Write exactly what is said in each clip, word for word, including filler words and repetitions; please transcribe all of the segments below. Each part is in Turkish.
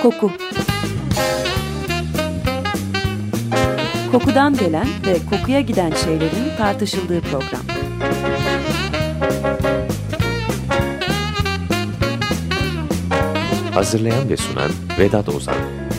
Koku. Kokudan gelen ve kokuya giden şeylerin tartışıldığı program. Hazırlayan ve sunan Vedat Ozan.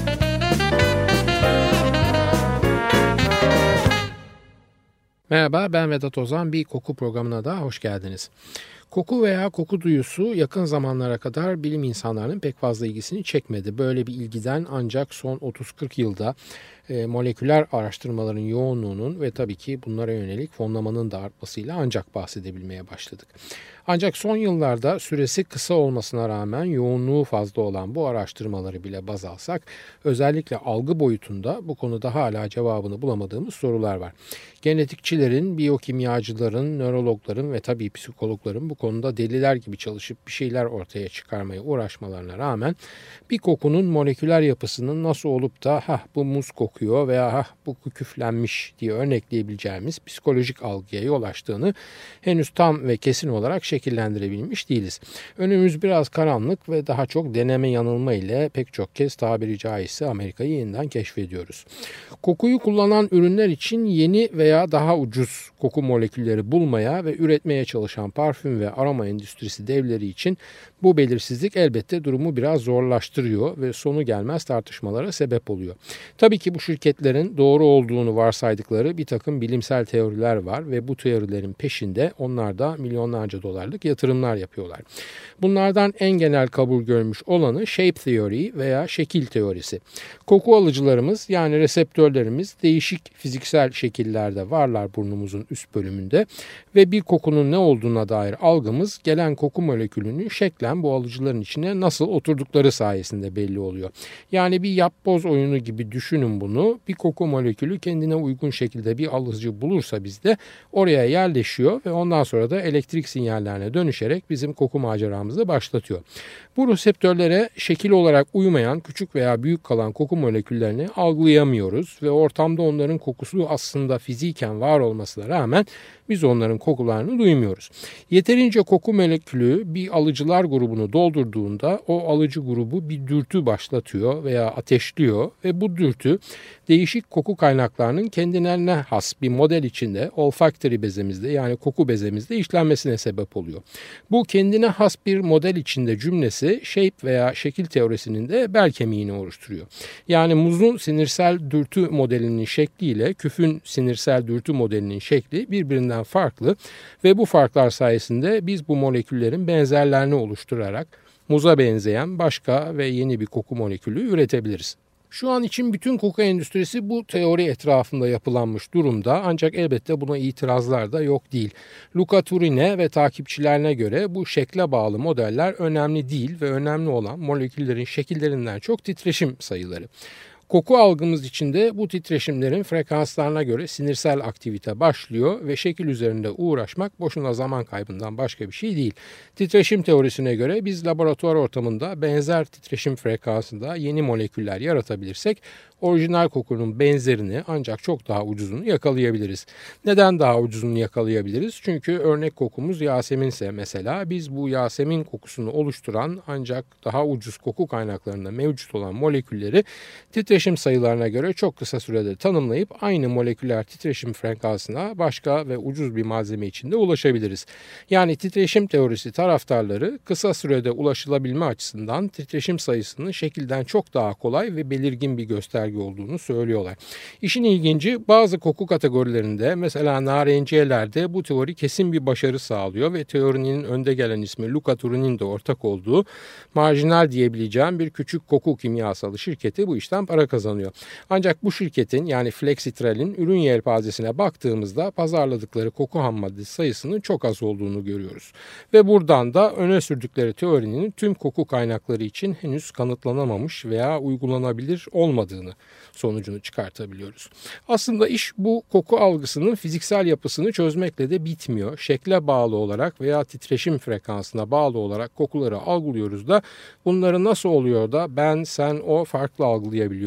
Merhaba, ben Vedat Ozan. Bir koku programına da hoş geldiniz. Koku veya koku duyusu yakın zamanlara kadar bilim insanlarının pek fazla ilgisini çekmedi. Böyle bir ilgiden ancak son otuz kırk yılda e, moleküler araştırmaların yoğunluğunun ve tabii ki bunlara yönelik fonlamanın da artmasıyla ancak bahsedebilmeye başladık. Ancak son yıllarda süresi kısa olmasına rağmen yoğunluğu fazla olan bu araştırmaları bile baz alsak, özellikle algı boyutunda bu konuda hala cevabını bulamadığımız sorular var. Genetikçilerin, biyokimyacıların, nörologların ve tabii psikologların bu konuda deliler gibi çalışıp bir şeyler ortaya çıkarmaya uğraşmalarına rağmen bir kokunun moleküler yapısının nasıl olup da hah bu muz kokuyor veya hah bu küflenmiş diye örnekleyebileceğimiz psikolojik algıya yol açtığını henüz tam ve kesin olarak şekillendirebilmiş değiliz. Önümüz biraz karanlık ve daha çok deneme yanılma ile pek çok kez tabiri caizse Amerika'yı yeniden keşfediyoruz. Kokuyu kullanan ürünler için yeni veya daha ucuz koku molekülleri bulmaya ve üretmeye çalışan parfüm ve aroma endüstrisi devleri için bu belirsizlik elbette durumu biraz zorlaştırıyor ve sonu gelmez tartışmalara sebep oluyor. Tabii ki bu şirketlerin doğru olduğunu varsaydıkları bir takım bilimsel teoriler var ve bu teorilerin peşinde onlar da milyonlarca dolarlık yatırımlar yapıyorlar. Bunlardan en genel kabul görmüş olanı shape theory veya şekil teorisi. Koku alıcılarımız yani reseptörlerimiz değişik fiziksel şekillerde varlar burnumuzun üst bölümünde ve bir kokunun ne olduğuna dair algımız gelen koku molekülünün şeklen bu alıcıların içine nasıl oturdukları sayesinde belli oluyor. Yani bir yapboz oyunu gibi düşünün bunu. Bir koku molekülü kendine uygun şekilde bir alıcı bulursa bizde oraya yerleşiyor ve ondan sonra da elektrik sinyallerine dönüşerek bizim koku maceramızı başlatıyor. Bu reseptörlere şekil olarak uymayan küçük veya büyük kalan koku moleküllerini algılayamıyoruz ve ortamda onların kokusu aslında fiziken var olmasına rağmen biz onların kokularını duymuyoruz. Yeterince koku molekülü bir alıcılar grubunu doldurduğunda o alıcı grubu bir dürtü başlatıyor veya ateşliyor ve bu dürtü değişik koku kaynaklarının kendilerine has bir model içinde olfactory bezemizde yani koku bezemizde işlenmesine sebep oluyor. Bu kendine has bir model içinde cümlesi shape veya şekil teorisinin de bel kemiğini oluşturuyor. Yani muzun sinirsel dürtü modelinin şekliyle küfün sinirsel dürtü modelinin şekli birbirinden farklı ve bu farklar sayesinde biz bu moleküllerin benzerlerini oluşturarak muza benzeyen başka ve yeni bir koku molekülü üretebiliriz. Şu an için bütün koku endüstrisi bu teori etrafında yapılanmış durumda ancak elbette buna itirazlar da yok değil. Luca Turin'e ve takipçilerine göre bu şekle bağlı modeller önemli değil ve önemli olan moleküllerin şekillerinden çok titreşim sayıları. Koku algımız içinde bu titreşimlerin frekanslarına göre sinirsel aktivite başlıyor ve şekil üzerinde uğraşmak boşuna zaman kaybından başka bir şey değil. Titreşim teorisine göre biz laboratuvar ortamında benzer titreşim frekansında yeni moleküller yaratabilirsek orijinal kokunun benzerini ancak çok daha ucuzunu yakalayabiliriz. Neden daha ucuzunu yakalayabiliriz? Çünkü örnek kokumuz Yaseminse mesela biz bu Yasemin kokusunu oluşturan ancak daha ucuz koku kaynaklarında mevcut olan molekülleri titreşim sayılarına göre çok kısa sürede tanımlayıp aynı moleküler titreşim frekansına başka ve ucuz bir malzeme içinde ulaşabiliriz. Yani titreşim teorisi taraftarları kısa sürede ulaşılabilme açısından titreşim sayısının şekilden çok daha kolay ve belirgin bir gösterge olduğunu söylüyorlar. İşin ilginci bazı koku kategorilerinde mesela narenciyelerde bu teori kesin bir başarı sağlıyor ve teorinin önde gelen ismi Luca Turin'in de ortak olduğu marjinal diyebileceğim bir küçük koku kimyasalı şirketi bu işten para kazanıyor. Ancak bu şirketin yani Flexitral'in ürün yelpazesine baktığımızda pazarladıkları koku hammaddesi sayısının çok az olduğunu görüyoruz. Ve buradan da öne sürdükleri teorinin tüm koku kaynakları için henüz kanıtlanamamış veya uygulanabilir olmadığını sonucunu çıkartabiliyoruz. Aslında iş bu koku algısının fiziksel yapısını çözmekle de bitmiyor. Şekle bağlı olarak veya titreşim frekansına bağlı olarak kokuları algılıyoruz da bunları nasıl oluyor da ben, sen, o farklı algılayabiliyoruz.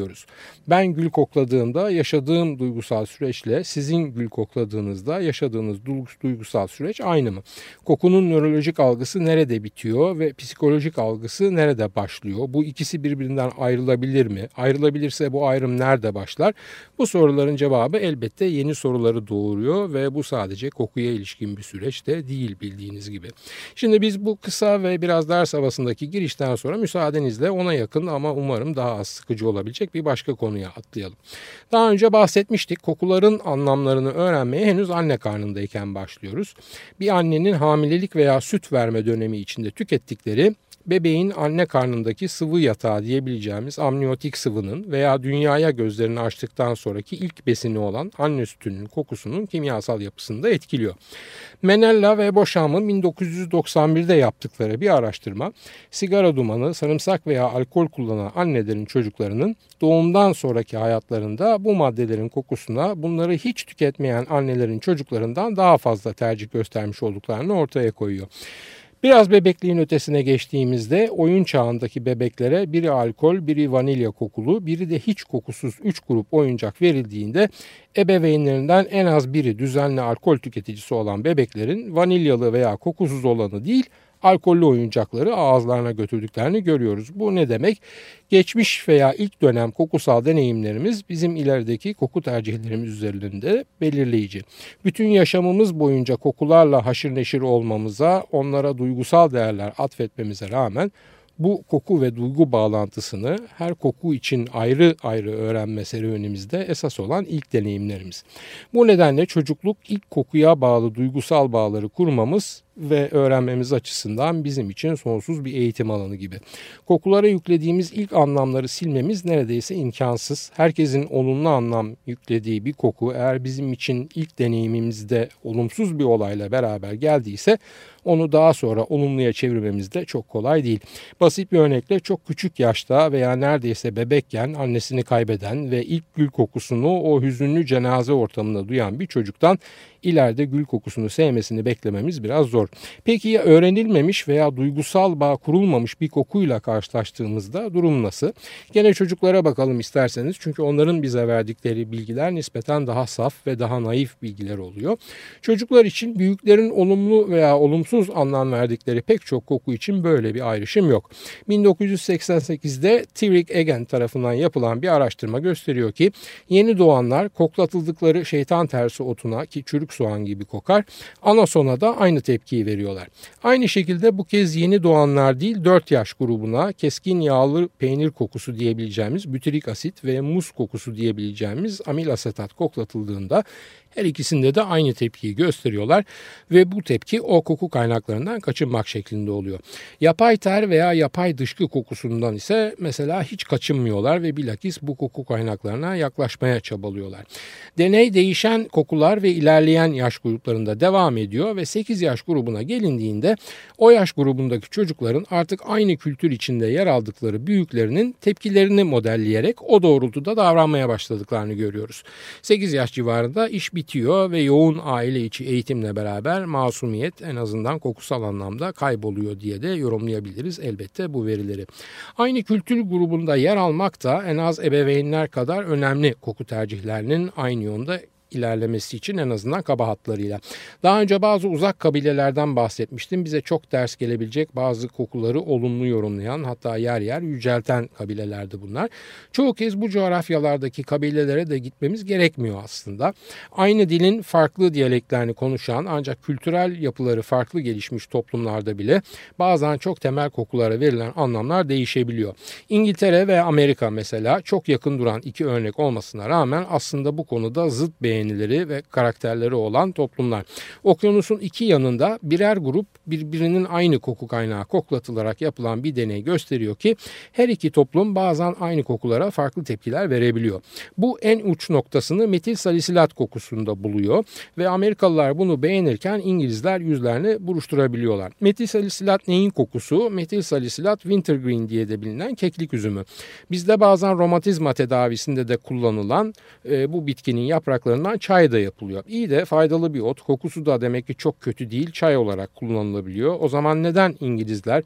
biliyoruz. Ben gül kokladığımda yaşadığım duygusal süreçle sizin gül kokladığınızda yaşadığınız duygusal süreç aynı mı? Kokunun nörolojik algısı nerede bitiyor ve psikolojik algısı nerede başlıyor? Bu ikisi birbirinden ayrılabilir mi? Ayrılabilirse bu ayrım nerede başlar? Bu soruların cevabı elbette yeni soruları doğuruyor ve bu sadece kokuya ilişkin bir süreç de değil bildiğiniz gibi. Şimdi biz bu kısa ve biraz ders havasındaki girişten sonra müsaadenizle ona yakın ama umarım daha az sıkıcı olabilecek bir başka konuya atlayalım. Daha önce bahsetmiştik, kokuların anlamlarını öğrenmeye henüz anne karnındayken başlıyoruz. Bir annenin hamilelik veya süt verme dönemi içinde tükettikleri bebeğin anne karnındaki sıvı yatağı diyebileceğimiz amniyotik sıvının veya dünyaya gözlerini açtıktan sonraki ilk besini olan anne sütünün kokusunun kimyasal yapısını da etkiliyor. Menella ve Beauchamp'ın bin dokuz yüz doksan birde yaptıkları bir araştırma, sigara dumanı, sarımsak veya alkol kullanan annelerin çocuklarının doğumdan sonraki hayatlarında bu maddelerin kokusuna bunları hiç tüketmeyen annelerin çocuklarından daha fazla tercih göstermiş olduklarını ortaya koyuyor. Biraz bebekliğin ötesine geçtiğimizde oyun çağındaki bebeklere biri alkol, biri vanilya kokulu, biri de hiç kokusuz üç grup oyuncak verildiğinde ebeveynlerinden en az biri düzenli alkol tüketicisi olan bebeklerin vanilyalı veya kokusuz olanı değil, alkollü oyuncakları ağızlarına götürdüklerini görüyoruz. Bu ne demek? Geçmiş veya ilk dönem kokusal deneyimlerimiz bizim ilerideki koku tercihlerimiz üzerinde belirleyici. Bütün yaşamımız boyunca kokularla haşır neşir olmamıza, onlara duygusal değerler atfetmemize rağmen bu koku ve duygu bağlantısını her koku için ayrı ayrı öğrenme serüvenimizde esas olan ilk deneyimlerimiz. Bu nedenle çocukluk ilk kokuya bağlı duygusal bağları kurmamız ve öğrenmemiz açısından bizim için sonsuz bir eğitim alanı gibi. Kokulara yüklediğimiz ilk anlamları silmemiz neredeyse imkansız. Herkesin olumlu anlam yüklediği bir koku eğer bizim için ilk deneyimimizde olumsuz bir olayla beraber geldiyse onu daha sonra olumluya çevirmemiz de çok kolay değil. Basit bir örnekle çok küçük yaşta veya neredeyse bebekken annesini kaybeden ve ilk gül kokusunu o hüzünlü cenaze ortamında duyan bir çocuktan ileride gül kokusunu sevmesini beklememiz biraz zor. Peki ya öğrenilmemiş veya duygusal bağ kurulmamış bir kokuyla karşılaştığımızda durum nasıl? Gene çocuklara bakalım isterseniz çünkü onların bize verdikleri bilgiler nispeten daha saf ve daha naif bilgiler oluyor. Çocuklar için büyüklerin olumlu veya olumsuz anlam verdikleri pek çok koku için böyle bir ayrışım yok. bin dokuz yüz seksen sekizde Tyrek Egan tarafından yapılan bir araştırma gösteriyor ki yeni doğanlar koklatıldıkları şeytan tersi otuna ki çürük soğan gibi kokar, anasona da aynı tepkiyi veriyorlar. Aynı şekilde bu kez yeni doğanlar değil dört yaş grubuna keskin yağlı peynir kokusu diyebileceğimiz bütürik asit ve muz kokusu diyebileceğimiz amil asetat koklatıldığında her ikisinde de aynı tepkiyi gösteriyorlar ve bu tepki o koku kaynaklarından kaçınmak şeklinde oluyor. Yapay ter veya yapay dışkı kokusundan ise mesela hiç kaçınmıyorlar ve bilakis bu koku kaynaklarına yaklaşmaya çabalıyorlar. Deney değişen kokular ve ilerleyen yaş gruplarında devam ediyor ve sekiz yaş grubuna gelindiğinde o yaş grubundaki çocukların artık aynı kültür içinde yer aldıkları büyüklerinin tepkilerini modelleyerek o doğrultuda davranmaya başladıklarını görüyoruz. sekiz yaş civarında iş bitiyor ve yoğun aile içi eğitimle beraber masumiyet en azından kokusal anlamda kayboluyor diye de yorumlayabiliriz elbette bu verileri. Aynı kültür grubunda yer almak da en az ebeveynler kadar önemli koku tercihlerinin aynı yönde ilerlemesi için en azından kaba hatlarıyla. Daha önce bazı uzak kabilelerden bahsetmiştim. Bize çok ders gelebilecek bazı kokuları olumlu yorumlayan hatta yer yer yücelten kabilelerdi bunlar. Çoğu kez bu coğrafyalardaki kabilelere de gitmemiz gerekmiyor aslında. Aynı dilin farklı diyaleklerini konuşan ancak kültürel yapıları farklı gelişmiş toplumlarda bile bazen çok temel kokulara verilen anlamlar değişebiliyor. İngiltere ve Amerika mesela çok yakın duran iki örnek olmasına rağmen aslında bu konuda zıt beğenileri ve karakterleri olan toplumlar. Okyanusun iki yanında birer grup birbirinin aynı koku kaynağı koklatılarak yapılan bir deney gösteriyor ki her iki toplum bazen aynı kokulara farklı tepkiler verebiliyor. Bu en uç noktasını metil salisilat kokusunda buluyor ve Amerikalılar bunu beğenirken İngilizler yüzlerini buruşturabiliyorlar. Metil salisilat neyin kokusu? Metil salisilat wintergreen diye de bilinen keklik üzümü. Bizde bazen romatizma tedavisinde de kullanılan e, bu bitkinin yapraklarından çay da yapılıyor. İyi de faydalı bir ot. Kokusu da demek ki çok kötü değil. Çay olarak kullanılabiliyor. O zaman neden İngilizler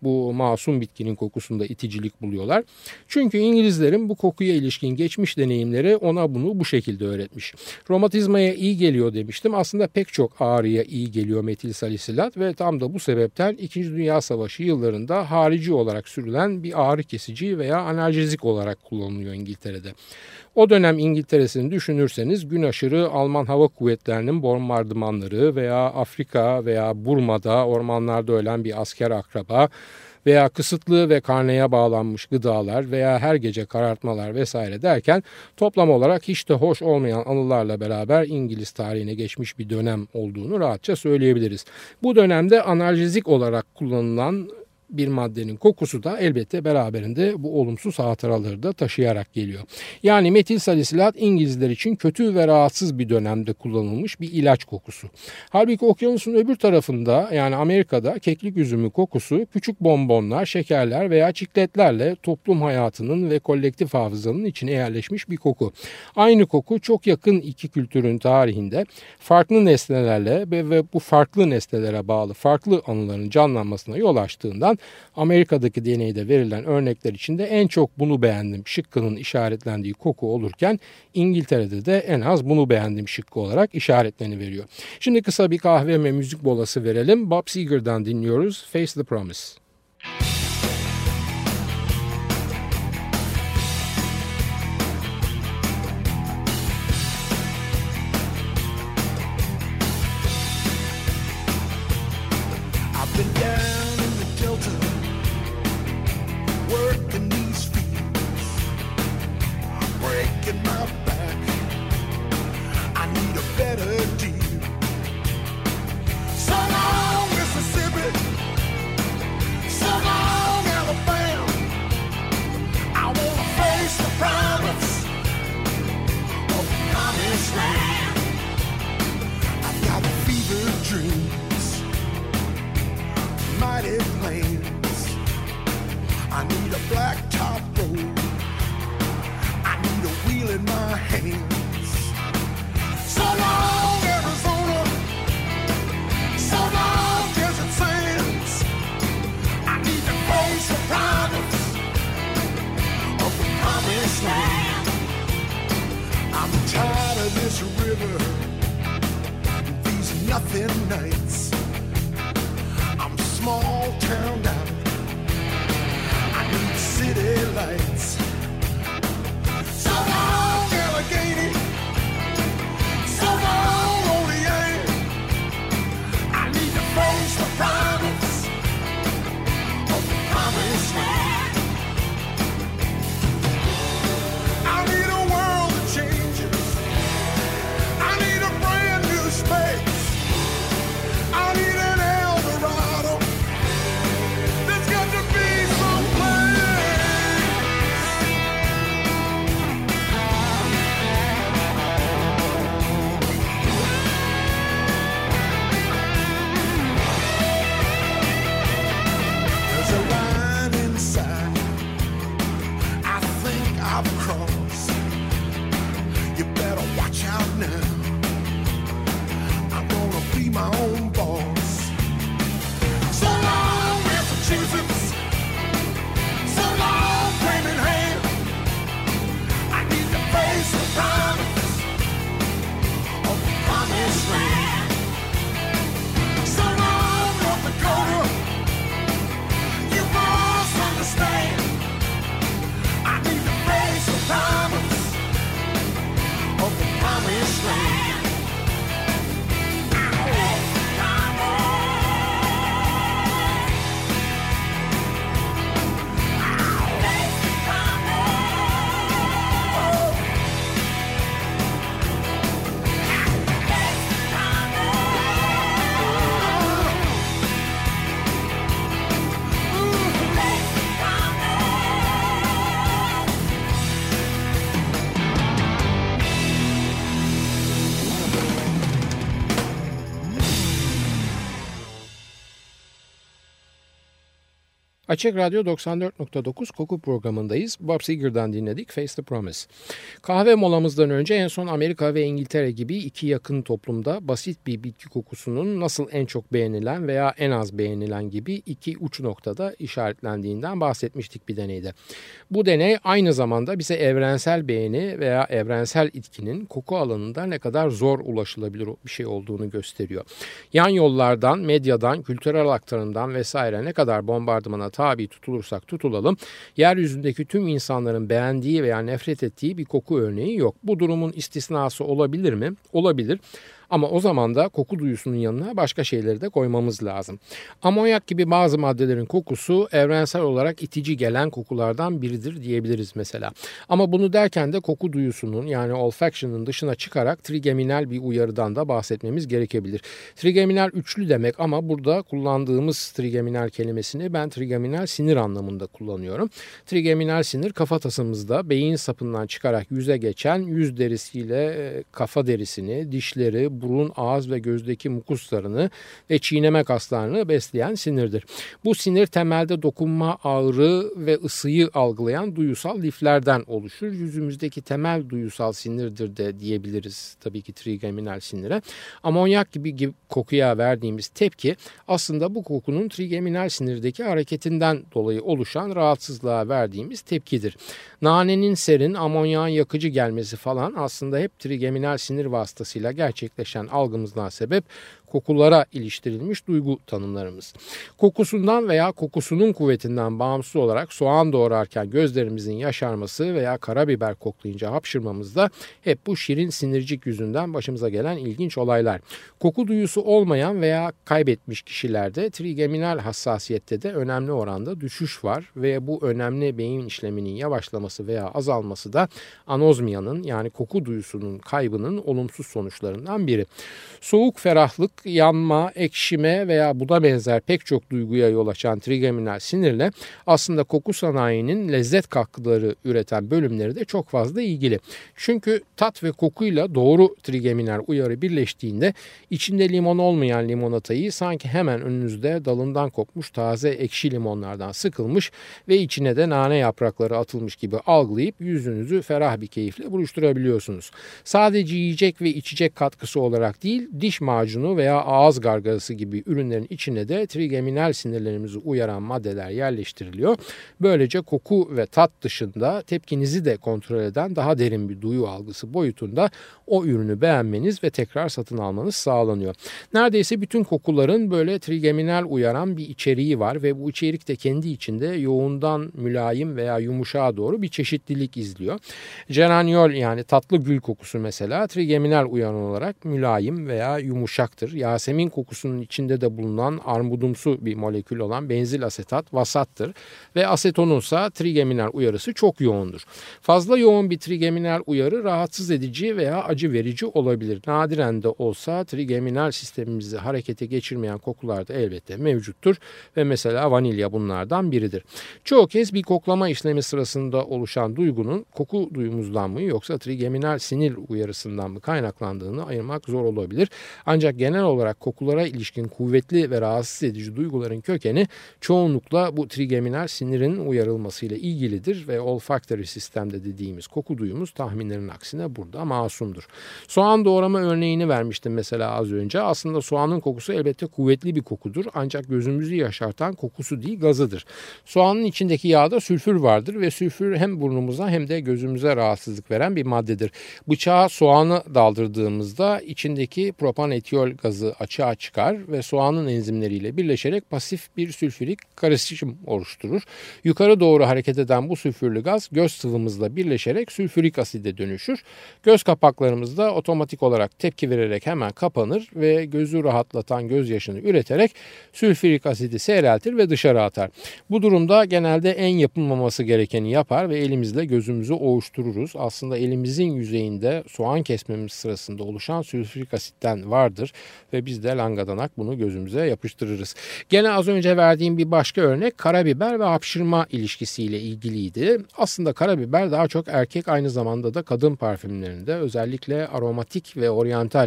bu masum bitkinin kokusunda iticilik buluyorlar. Çünkü İngilizlerin bu kokuya ilişkin geçmiş deneyimleri ona bunu bu şekilde öğretmiş. Romatizmaya iyi geliyor demiştim. Aslında pek çok ağrıya iyi geliyor metil salisilat ve tam da bu sebepten İkinci Dünya Savaşı yıllarında harici olarak sürülen bir ağrı kesici veya analjezik olarak kullanılıyor İngiltere'de. O dönem İngiltere'sini düşünürseniz gün aşırı Alman Hava Kuvvetleri'nin bombardımanları veya Afrika veya Burma'da ormanlarda ölen bir asker akraba veya kısıtlı ve karneye bağlanmış gıdalar veya her gece karartmalar vesaire derken toplam olarak hiç de hoş olmayan anılarla beraber İngiliz tarihine geçmiş bir dönem olduğunu rahatça söyleyebiliriz. Bu dönemde analjezik olarak kullanılan bir maddenin kokusu da elbette beraberinde bu olumsuz hatıraları da taşıyarak geliyor. Yani metil salisilat İngilizler için kötü ve rahatsız bir dönemde kullanılmış bir ilaç kokusu. Halbuki okyanusun öbür tarafında yani Amerika'da keklik üzümü kokusu küçük bonbonlar, şekerler veya çikletlerle toplum hayatının ve kolektif hafızanın içine yerleşmiş bir koku. Aynı koku çok yakın iki kültürün tarihinde farklı nesnelerle ve, ve bu farklı nesnelere bağlı farklı anıların canlanmasına yol açtığından Amerika'daki deneyde verilen örnekler içinde en çok bunu beğendim şıkkının işaretlendiği koku olurken İngiltere'de de en az bunu beğendim şıkkı olarak işaretleniveriyor. Şimdi kısa bir kahve ve müzik molası verelim. Bob Seger'dan dinliyoruz. Face the Promise. I've been down in the Delta, working these fields, breaking my back. I need a better deal. So long, Mississippi, so long, Alabama. I wanna face the promise of the promised land. I've got fever dreams, mighty plains. I need a black top road, I need a wheel in my hands. So long, Arizona, so long, desert sands. I need to face the promise of the promised land. I'm tired of this river, these nothing nights. I'm small town down, I need city lights. So long, Allegheny, so long, Olean. I need to face the promise of the promised land. I need a world that changes, I need a brand new space. I need an Eldorado, there's got to be some place. There's a line inside I think I've crossed. You better watch out now, I'm gonna be my own boss. So long, Massachusetts, so long, Framingham. I need to face the promise of the promised land. So long, North Dakota, you must understand. I need to face the promise of the promised land. I Açık Radyo doksan dört nokta dokuz Koku programındayız. Bob Seger'dan dinledik Face the Promise. Kahve molamızdan önce en son Amerika ve İngiltere gibi iki yakın toplumda basit bir bitki kokusunun nasıl en çok beğenilen veya en az beğenilen gibi iki uç noktada işaretlendiğinden bahsetmiştik bir deneyde. Bu deney aynı zamanda bize evrensel beğeni veya evrensel itkinin koku alanında ne kadar zor ulaşılabilir bir şey olduğunu gösteriyor. Yan yollardan, medyadan, kültürel aktarımdan vesaire ne kadar bombardımana tabi tutulursak tutulalım, yeryüzündeki tüm insanların beğendiği veya nefret ettiği bir koku örneği yok. Bu durumun istisnası olabilir mi? Olabilir. Ama o zaman da koku duyusunun yanına başka şeyleri de koymamız lazım. Amonyak gibi bazı maddelerin kokusu evrensel olarak itici gelen kokulardan biridir diyebiliriz mesela. Ama bunu derken de koku duyusunun yani olfaction'ın dışına çıkarak trigeminal bir uyarıdan da bahsetmemiz gerekebilir. Trigeminal üçlü demek ama burada kullandığımız trigeminal kelimesini ben trigeminal sinir anlamında kullanıyorum. Trigeminal sinir kafatasımızda beyin sapından çıkarak yüze geçen yüz derisiyle kafa derisini, dişleri, burun, ağız ve gözdeki mukuslarını ve çiğneme kaslarını besleyen sinirdir. Bu sinir temelde dokunma, ağrı ve ısıyı algılayan duyusal liflerden oluşur. Yüzümüzdeki temel duyusal sinirdir de diyebiliriz tabii ki trigeminal sinire. Amonyak gibi, gibi kokuya verdiğimiz tepki aslında bu kokunun trigeminal sinirdeki hareketinden dolayı oluşan rahatsızlığa verdiğimiz tepkidir. Nanenin serin, amonyağın yakıcı gelmesi falan aslında hep trigeminal sinir vasıtasıyla gerçekleşen algımızdan sebep kokulara iliştirilmiş duygu tanımlarımız. Kokusundan veya kokusunun kuvvetinden bağımsız olarak soğan doğrarken gözlerimizin yaşarması veya karabiber koklayınca hapşırmamız da hep bu şirin sinircik yüzünden başımıza gelen ilginç olaylar. Koku duyusu olmayan veya kaybetmiş kişilerde trigeminal hassasiyette de önemli oranda düşüş var ve bu önemli beyin işleminin yavaşlaması veya azalması da anozmiyanın yani koku duyusunun kaybının olumsuz sonuçlarından biri. Soğuk ferahlık, yanma, ekşime veya buna benzer pek çok duyguya yol açan trigeminal sinirle aslında koku sanayinin lezzet katkıları üreten bölümleri de çok fazla ilgili. Çünkü tat ve kokuyla doğru trigeminal uyarı birleştiğinde içinde limon olmayan limonatayı sanki hemen önünüzde dalından kopmuş taze ekşi limonlardan sıkılmış ve içine de nane yaprakları atılmış gibi algılayıp yüzünüzü ferah bir keyifle buruşturabiliyorsunuz. Sadece yiyecek ve içecek katkısı olarak değil, diş macunu veya ağız gargarası gibi ürünlerin içine de trigeminal sinirlerimizi uyaran maddeler yerleştiriliyor. Böylece koku ve tat dışında tepkinizi de kontrol eden daha derin bir duyu algısı boyutunda o ürünü beğenmeniz ve tekrar satın almanız sağlanıyor. Neredeyse bütün kokuların böyle trigeminal uyaran bir içeriği var ve bu içerik de kendi içinde yoğundan mülayim veya yumuşağa doğru bir çeşitlilik izliyor. Geraniol yani tatlı gül kokusu mesela trigeminal uyaran olarak mülayim veya yumuşaktır. Yasemin kokusunun içinde de bulunan armudumsu bir molekül olan benzil asetat vasattır ve asetonunsa trigeminal uyarısı çok yoğundur. Fazla yoğun bir trigeminal uyarı rahatsız edici veya acı verici olabilir. Nadiren de olsa trigeminal sistemimizi harekete geçirmeyen kokular da elbette mevcuttur ve mesela vanilya bunlardan biridir. Çoğu kez bir koklama işlemi sırasında oluşan duygunun koku duyumuzdan mı yoksa trigeminal sinir uyarısından mı kaynaklandığını ayırmak zor olabilir. Ancak genel olarak kokulara ilişkin kuvvetli ve rahatsız edici duyguların kökeni çoğunlukla bu trigeminal sinirin uyarılmasıyla ilgilidir ve olfactory sistemde dediğimiz koku duyumuz tahminlerin aksine burada masumdur. Soğan doğrama örneğini vermiştim mesela az önce. Aslında soğanın kokusu elbette kuvvetli bir kokudur ancak gözümüzü yaşartan kokusu değil gazıdır. Soğanın içindeki yağda sülfür vardır ve sülfür hem burnumuza hem de gözümüze rahatsızlık veren bir maddedir. Bıçağa soğanı daldırdığımızda içindeki propanetiyol gazı açığa çıkar ve soğanın enzimleriyle birleşerek pasif bir sülfürik karışım oluşturur. Yukarı doğru hareket eden bu sülfürlü gaz göz sıvımızla birleşerek sülfürik aside dönüşür. Göz kapaklarımız da otomatik olarak tepki vererek hemen kapanır ve gözü rahatlatan gözyaşını üreterek sülfürik asidi seyreltir ve dışarı atar. Bu durumda genelde en yapılmaması gerekeni yapar ve elimizle gözümüzü ovuştururuz. Aslında elimizin yüzeyinde soğan kesmemiz sırasında oluşan sülfürik asitten vardır ve biz de langadanak bunu gözümüze yapıştırırız. Gene az önce verdiğim bir başka örnek karabiber ve hapşırma ilişkisiyle ilgiliydi. Aslında karabiber daha çok erkek aynı zamanda da kadın parfümlerinde özellikle aromatik ve oryantal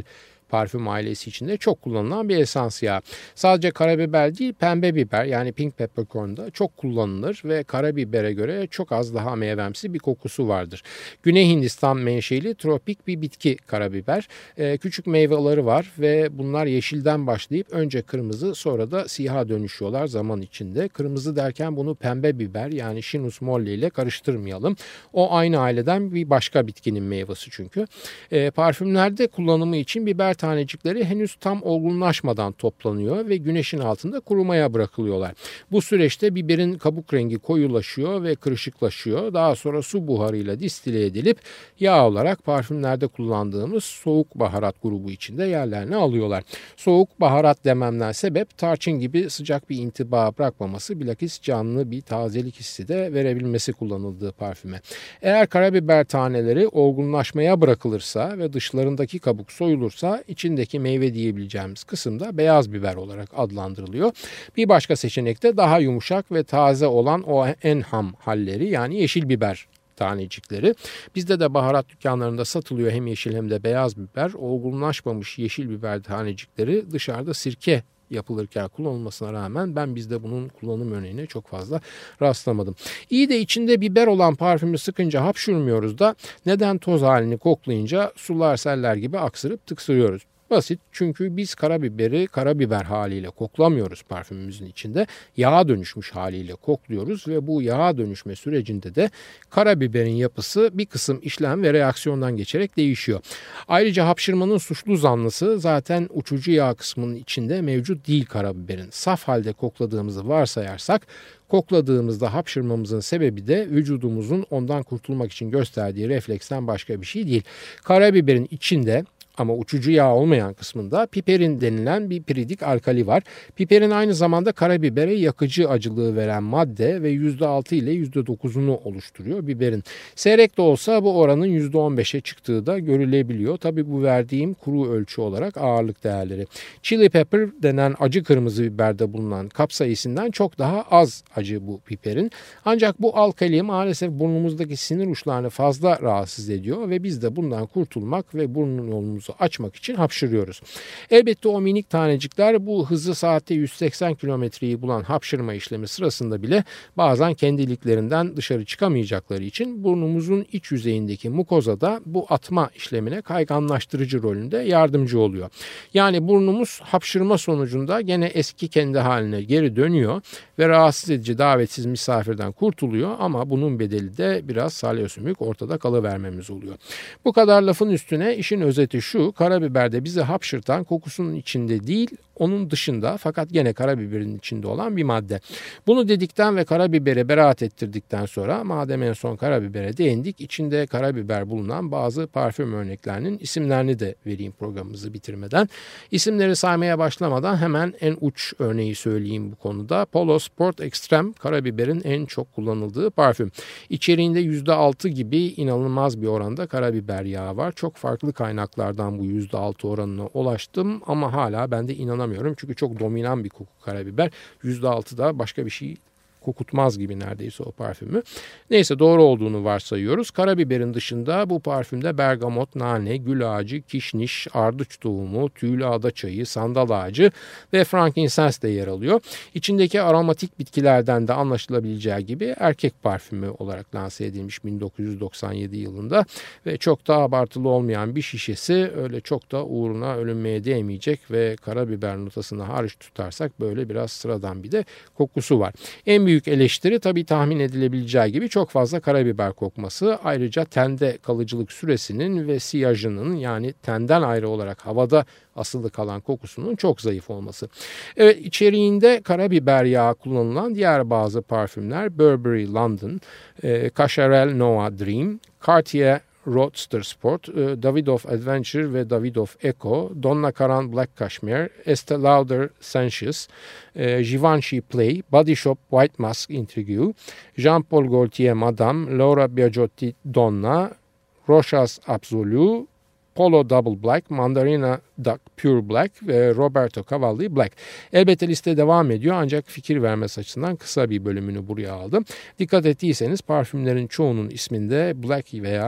parfüm ailesi içinde çok kullanılan bir esans yağı. Sadece karabiber değil, pembe biber yani pink peppercorn da çok kullanılır ve karabibere göre çok az daha meyvemsi bir kokusu vardır. Güney Hindistan menşeli tropik bir bitki karabiber. Ee, küçük meyveleri var ve bunlar yeşilden başlayıp önce kırmızı sonra da siyaha dönüşüyorlar zaman içinde. Kırmızı derken bunu pembe biber yani Chinus molli ile karıştırmayalım. O aynı aileden bir başka bitkinin meyvesi çünkü. Ee, parfümlerde kullanımı için biber tanecikleri henüz tam olgunlaşmadan toplanıyor ve güneşin altında kurumaya bırakılıyorlar. Bu süreçte biberin kabuk rengi koyulaşıyor ve kırışıklaşıyor. Daha sonra su buharıyla distile edilip yağ olarak parfümlerde kullandığımız soğuk baharat grubu içinde yerlerini alıyorlar. Soğuk baharat dememden sebep tarçın gibi sıcak bir intiba bırakmaması, bilakis canlı bir tazelik hissi de verebilmesi kullanıldığı parfüme. Eğer karabiber taneleri olgunlaşmaya bırakılırsa ve dışlarındaki kabuk soyulursa içindeki meyve diyebileceğimiz kısımda beyaz biber olarak adlandırılıyor. Bir başka seçenek de daha yumuşak ve taze olan o en ham halleri yani yeşil biber tanecikleri. Bizde de baharat dükkanlarında satılıyor hem yeşil hem de beyaz biber. Olgunlaşmamış yeşil biber tanecikleri dışarıda sirke yapılırken kullanılmasına rağmen ben bizde bunun kullanım örneğine çok fazla rastlamadım. İyi de içinde biber olan parfümü sıkınca hapşurmuyoruz da neden toz halini koklayınca sular seller gibi aksırıp tıksırıyoruz? Basit, çünkü biz karabiberi karabiber haliyle koklamıyoruz parfümümüzün içinde. Yağa dönüşmüş haliyle kokluyoruz ve bu yağa dönüşme sürecinde de karabiberin yapısı bir kısım işlem ve reaksiyondan geçerek değişiyor. Ayrıca hapşırmanın suçlu zanlısı zaten uçucu yağ kısmının içinde mevcut değil karabiberin. Saf halde kokladığımızı varsayarsak kokladığımızda hapşırmamızın sebebi de vücudumuzun ondan kurtulmak için gösterdiği refleksten başka bir şey değil. Karabiberin içinde ama uçucu yağ olmayan kısmında piperin denilen bir piridik alkali var. Piperin aynı zamanda karabibere yakıcı acılığı veren madde ve yüzde altı ile yüzde dokuzunu oluşturuyor biberin. Seyrek de olsa bu oranın yüzde on beşe çıktığı da görülebiliyor. Tabii bu verdiğim kuru ölçü olarak ağırlık değerleri. Chili pepper denen acı kırmızı biberde bulunan kapsaisinden çok daha az acı bu piperin. Ancak bu alkali maalesef burnumuzdaki sinir uçlarını fazla rahatsız ediyor ve biz de bundan kurtulmak ve burnun yolumuzu açmak için hapşırıyoruz. Elbette o minik tanecikler bu hızı saatte yüz seksen kilometreyi bulan hapşırma işlemi sırasında bile bazen kendiliklerinden dışarı çıkamayacakları için burnumuzun iç yüzeyindeki mukozada bu atma işlemine kayganlaştırıcı rolünde yardımcı oluyor. Yani burnumuz hapşırma sonucunda gene eski kendi haline geri dönüyor ve rahatsız edici davetsiz misafirden kurtuluyor ama bunun bedeli de biraz salyasümük ortada kalıvermemiz oluyor. Bu kadar lafın üstüne işin özeti şu: karabiberde bizi hapşırtan kokusunun içinde değil, onun dışında fakat gene karabiberin içinde olan bir madde. Bunu dedikten ve karabibere beraat ettirdikten sonra madem en son karabibere değindik, içinde karabiber bulunan bazı parfüm örneklerinin isimlerini de vereyim programımızı bitirmeden. İsimleri saymaya başlamadan hemen en uç örneği söyleyeyim bu konuda. Polo Sport Extreme karabiberin en çok kullanıldığı parfüm. İçeriğinde yüzde altı gibi inanılmaz bir oranda karabiber yağı var. Çok farklı kaynaklardan bu yüzde altı oranına ulaştım ama hala ben de inanamıyorum. Çünkü çok dominan bir koku karabiber. yüzde altı da başka bir şey kokutmaz gibi neredeyse o parfümü. Neyse, doğru olduğunu varsayıyoruz. Karabiberin dışında bu parfümde bergamot, nane, gül ağacı, kişniş, ardıç tohumu, tüylü ada çayı, sandal ağacı ve frankincense de yer alıyor. İçindeki aromatik bitkilerden de anlaşılabileceği gibi erkek parfümü olarak lanse edilmiş bin dokuz yüz doksan yedi yılında ve çok da abartılı olmayan bir şişesi, öyle çok da uğruna ölünmeye değmeyecek ve karabiber notasını hariç tutarsak böyle biraz sıradan bir de kokusu var. En büyük eleştiri tabii tahmin edilebileceği gibi çok fazla karabiber kokması. Ayrıca tende kalıcılık süresinin ve siyajının, yani tenden ayrı olarak havada asılı kalan kokusunun çok zayıf olması. Evet, içeriğinde karabiber yağı kullanılan diğer bazı parfümler Burberry London, e, Cacharel Noah Dream, Cartier Roadster Sport, Davidoff Adventure ve Davidoff Echo, Donna Karan Black Cashmere, Estee Lauder Sensuous, Givenchy Play, Body Shop White Musk Intrigue, Jean Paul Gaultier Madame, Laura Biagiotti Donna, Rochas Absolu, Polo Double Black, Mandarina Duck Pure Black ve Roberto Cavalli Black. Elbette liste devam ediyor ancak fikir vermesi açısından kısa bir bölümünü buraya aldım. Dikkat ettiyseniz parfümlerin çoğunun isminde Black veya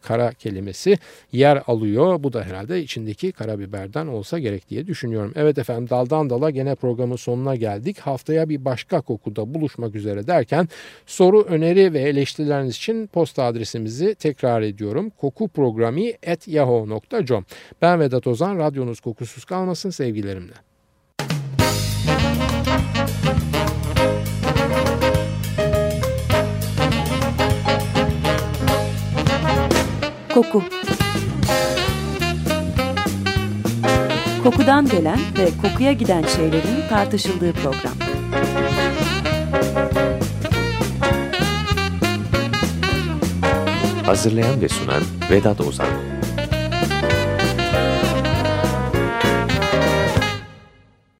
kara kelimesi yer alıyor. Bu da herhalde içindeki karabiberden olsa gerek diye düşünüyorum. Evet efendim, daldan dala gene programın sonuna geldik. Haftaya bir başka kokuda buluşmak üzere derken soru, öneri ve eleştirileriniz için posta adresimizi tekrar ediyorum. kokuprogrami at yahoo nokta com. Ben Vedat Ozan, radyonuz kokusuz kalmasın sevgilerimle. Koku. Kokudan gelen ve kokuya giden şeylerin tartışıldığı program. Hazırlayan ve sunan Vedat Ozan.